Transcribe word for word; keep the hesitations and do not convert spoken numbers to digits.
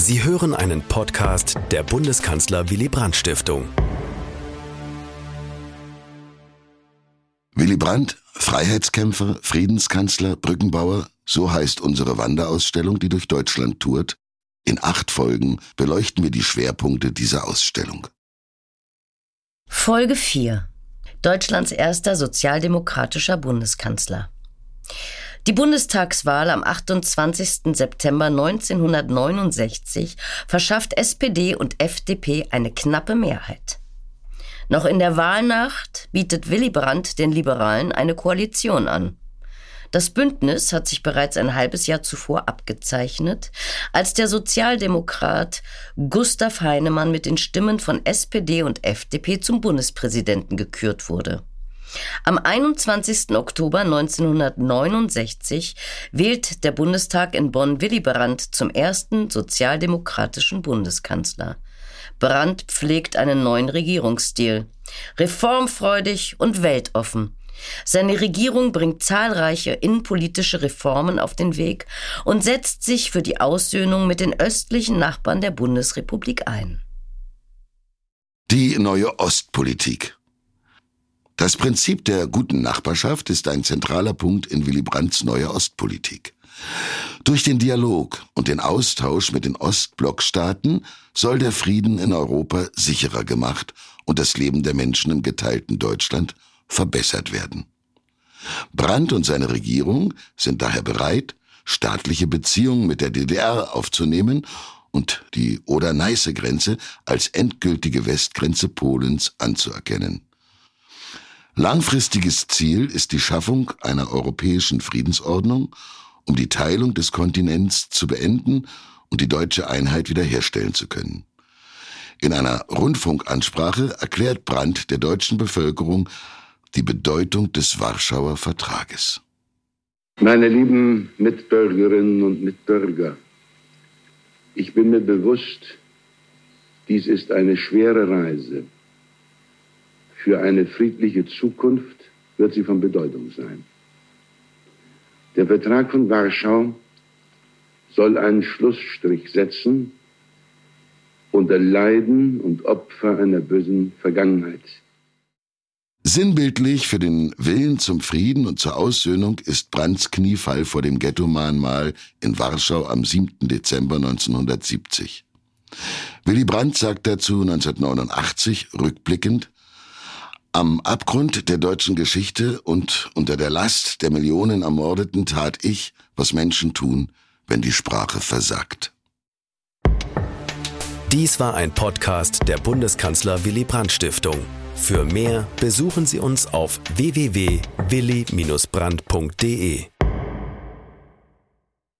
Sie hören einen Podcast der Bundeskanzler Willy Brandt Stiftung. Willy Brandt, Freiheitskämpfer, Friedenskanzler, Brückenbauer, so heißt unsere Wanderausstellung, die durch Deutschland tourt. In acht Folgen beleuchten wir die Schwerpunkte dieser Ausstellung. Folge vier. Deutschlands erster sozialdemokratischer Bundeskanzler. Die Bundestagswahl am achtundzwanzigsten September neunzehnhundertneunundsechzig verschafft S P D und F D P eine knappe Mehrheit. Noch in der Wahlnacht bietet Willy Brandt den Liberalen eine Koalition an. Das Bündnis hat sich bereits ein halbes Jahr zuvor abgezeichnet, als der Sozialdemokrat Gustav Heinemann mit den Stimmen von S P D und F D P zum Bundespräsidenten gekürt wurde. Am einundzwanzigsten Oktober neunzehnhundertneunundsechzig wählt der Bundestag in Bonn Willy Brandt zum ersten sozialdemokratischen Bundeskanzler. Brandt pflegt einen neuen Regierungsstil, reformfreudig und weltoffen. Seine Regierung bringt zahlreiche innenpolitische Reformen auf den Weg und setzt sich für die Aussöhnung mit den östlichen Nachbarn der Bundesrepublik ein. Die neue Ostpolitik. Das Prinzip der guten Nachbarschaft ist ein zentraler Punkt in Willy Brandts neuer Ostpolitik. Durch den Dialog und den Austausch mit den Ostblockstaaten soll der Frieden in Europa sicherer gemacht und das Leben der Menschen im geteilten Deutschland verbessert werden. Brandt und seine Regierung sind daher bereit, staatliche Beziehungen mit der D D R aufzunehmen und die Oder-Neiße-Grenze als endgültige Westgrenze Polens anzuerkennen. Langfristiges Ziel ist die Schaffung einer europäischen Friedensordnung, um die Teilung des Kontinents zu beenden und die deutsche Einheit wiederherstellen zu können. In einer Rundfunkansprache erklärt Brandt der deutschen Bevölkerung die Bedeutung des Warschauer Vertrages. Meine lieben Mitbürgerinnen und Mitbürger, ich bin mir bewusst, dies ist eine schwere Reise. Für eine friedliche Zukunft wird sie von Bedeutung sein. Der Vertrag von Warschau soll einen Schlussstrich setzen unter Leiden und Opfer einer bösen Vergangenheit. Sinnbildlich für den Willen zum Frieden und zur Aussöhnung ist Brandts Kniefall vor dem Ghetto-Mahnmal in Warschau am siebten Dezember neunzehnhundertsiebzig. Willy Brandt sagt dazu neunzehnhundertneunundachtzig rückblickend: Am Abgrund der deutschen Geschichte und unter der Last der Millionen Ermordeten tat ich, was Menschen tun, wenn die Sprache versagt. Dies war ein Podcast der Bundeskanzler Willy Brandt Stiftung. Für mehr besuchen Sie uns auf w w w punkt willy Bindestrich brandt punkt d e.